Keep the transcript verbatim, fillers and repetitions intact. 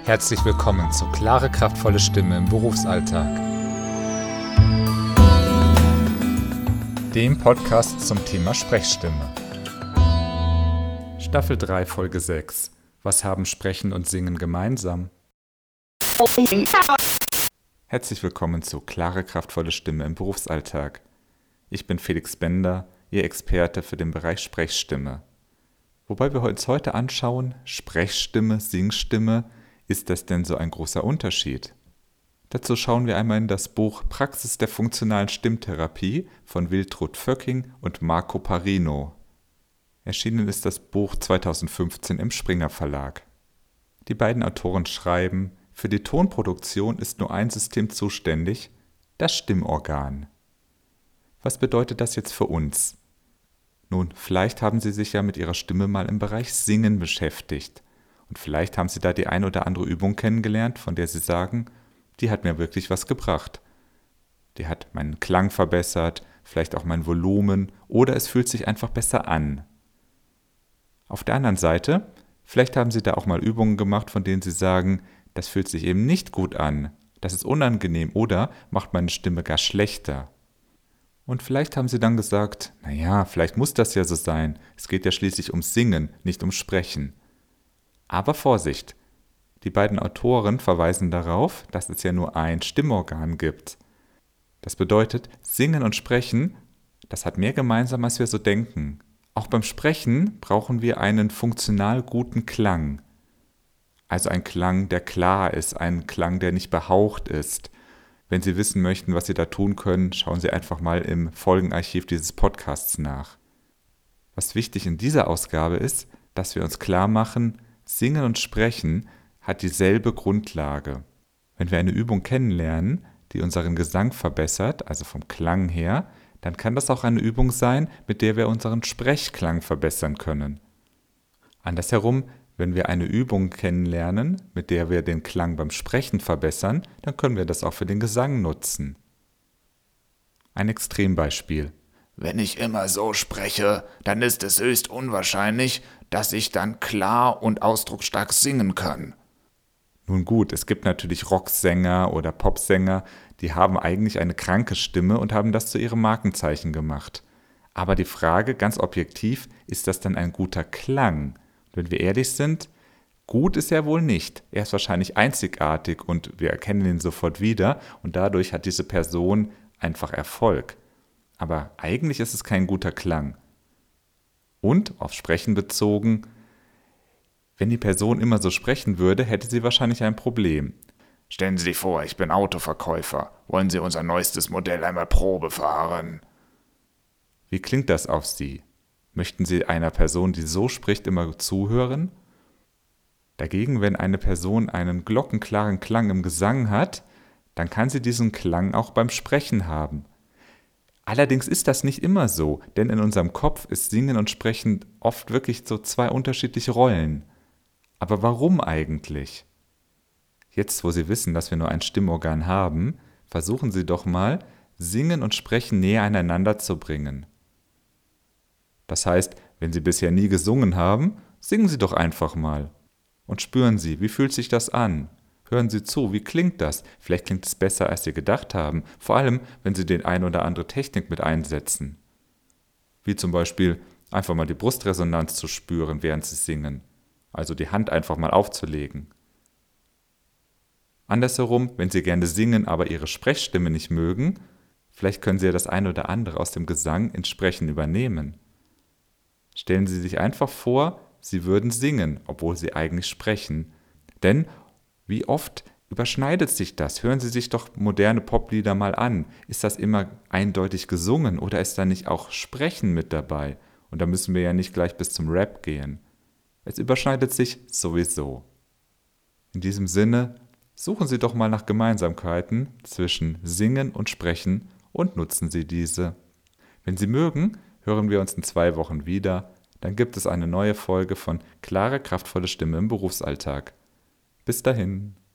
Herzlich willkommen zu Klare, kraftvolle Stimme im Berufsalltag. Dem Podcast zum Thema Sprechstimme. Staffel drei, Folge sechs. Was haben Sprechen und Singen gemeinsam? Herzlich willkommen zu Klare, kraftvolle Stimme im Berufsalltag. Ich bin Felix Bender, Ihr Experte für den Bereich Sprechstimme. Wobei wir uns heute anschauen, Sprechstimme, Singstimme, ist das denn so ein großer Unterschied? Dazu schauen wir einmal in das Buch Praxis der funktionalen Stimmtherapie von Wiltrud Vöcking und Marco Parino. Erschienen ist das Buch zweitausendfünfzehn im Springer Verlag. Die beiden Autoren schreiben, für die Tonproduktion ist nur ein System zuständig, das Stimmorgan. Was bedeutet das jetzt für uns? Nun, vielleicht haben Sie sich ja mit Ihrer Stimme mal im Bereich Singen beschäftigt. Und vielleicht haben Sie da die ein oder andere Übung kennengelernt, von der Sie sagen, die hat mir wirklich was gebracht. Die hat meinen Klang verbessert, vielleicht auch mein Volumen oder es fühlt sich einfach besser an. Auf der anderen Seite, vielleicht haben Sie da auch mal Übungen gemacht, von denen Sie sagen, das fühlt sich eben nicht gut an, das ist unangenehm oder macht meine Stimme gar schlechter. Und vielleicht haben Sie dann gesagt, naja, vielleicht muss das ja so sein, es geht ja schließlich ums Singen, nicht ums Sprechen. Aber Vorsicht, die beiden Autoren verweisen darauf, dass es ja nur ein Stimmorgan gibt. Das bedeutet, Singen und Sprechen, das hat mehr gemeinsam, als wir so denken. Auch beim Sprechen brauchen wir einen funktional guten Klang. Also ein Klang, der klar ist, ein Klang, der nicht behaucht ist. Wenn Sie wissen möchten, was Sie da tun können, schauen Sie einfach mal im Folgenarchiv dieses Podcasts nach. Was wichtig in dieser Ausgabe ist, dass wir uns klar machen, Singen und Sprechen hat dieselbe Grundlage. Wenn wir eine Übung kennenlernen, die unseren Gesang verbessert, also vom Klang her, dann kann das auch eine Übung sein, mit der wir unseren Sprechklang verbessern können. Andersherum, wenn wir eine Übung kennenlernen, mit der wir den Klang beim Sprechen verbessern, dann können wir das auch für den Gesang nutzen. Ein Extrembeispiel. Wenn ich immer so spreche, dann ist es höchst unwahrscheinlich, dass ich dann klar und ausdrucksstark singen kann. Nun gut, es gibt natürlich Rocksänger oder Popsänger, die haben eigentlich eine kranke Stimme und haben das zu ihrem Markenzeichen gemacht. Aber die Frage, ganz objektiv, ist das dann ein guter Klang? Wenn wir ehrlich sind, gut ist er wohl nicht. Er ist wahrscheinlich einzigartig und wir erkennen ihn sofort wieder und dadurch hat diese Person einfach Erfolg. Aber eigentlich ist es kein guter Klang. Und, auf Sprechen bezogen, wenn die Person immer so sprechen würde, hätte sie wahrscheinlich ein Problem. Stellen Sie sich vor, ich bin Autoverkäufer. Wollen Sie unser neuestes Modell einmal Probe fahren? Wie klingt das auf Sie? Möchten Sie einer Person, die so spricht, immer zuhören? Dagegen, wenn eine Person einen glockenklaren Klang im Gesang hat, dann kann sie diesen Klang auch beim Sprechen haben. Allerdings ist das nicht immer so, denn in unserem Kopf ist Singen und Sprechen oft wirklich so zwei unterschiedliche Rollen. Aber warum eigentlich? Jetzt, wo Sie wissen, dass wir nur ein Stimmorgan haben, versuchen Sie doch mal, Singen und Sprechen näher aneinander zu bringen. Das heißt, wenn Sie bisher nie gesungen haben, singen Sie doch einfach mal. Und spüren Sie, wie fühlt sich das an? Hören Sie zu, wie klingt das? Vielleicht klingt es besser, als Sie gedacht haben, vor allem, wenn Sie den ein oder andere Technik mit einsetzen. Wie zum Beispiel einfach mal die Brustresonanz zu spüren, während Sie singen, also die Hand einfach mal aufzulegen. Andersherum, wenn Sie gerne singen, aber Ihre Sprechstimme nicht mögen, vielleicht können Sie ja das ein oder andere aus dem Gesang ins Sprechen übernehmen. Stellen Sie sich einfach vor, Sie würden singen, obwohl Sie eigentlich sprechen, denn wie oft überschneidet sich das? Hören Sie sich doch moderne Poplieder mal an. Ist das immer eindeutig gesungen oder ist da nicht auch Sprechen mit dabei? Und da müssen wir ja nicht gleich bis zum Rap gehen. Es überschneidet sich sowieso. In diesem Sinne, suchen Sie doch mal nach Gemeinsamkeiten zwischen Singen und Sprechen und nutzen Sie diese. Wenn Sie mögen, hören wir uns in zwei Wochen wieder. Dann gibt es eine neue Folge von Klare, kraftvolle Stimme im Berufsalltag. Bis dahin.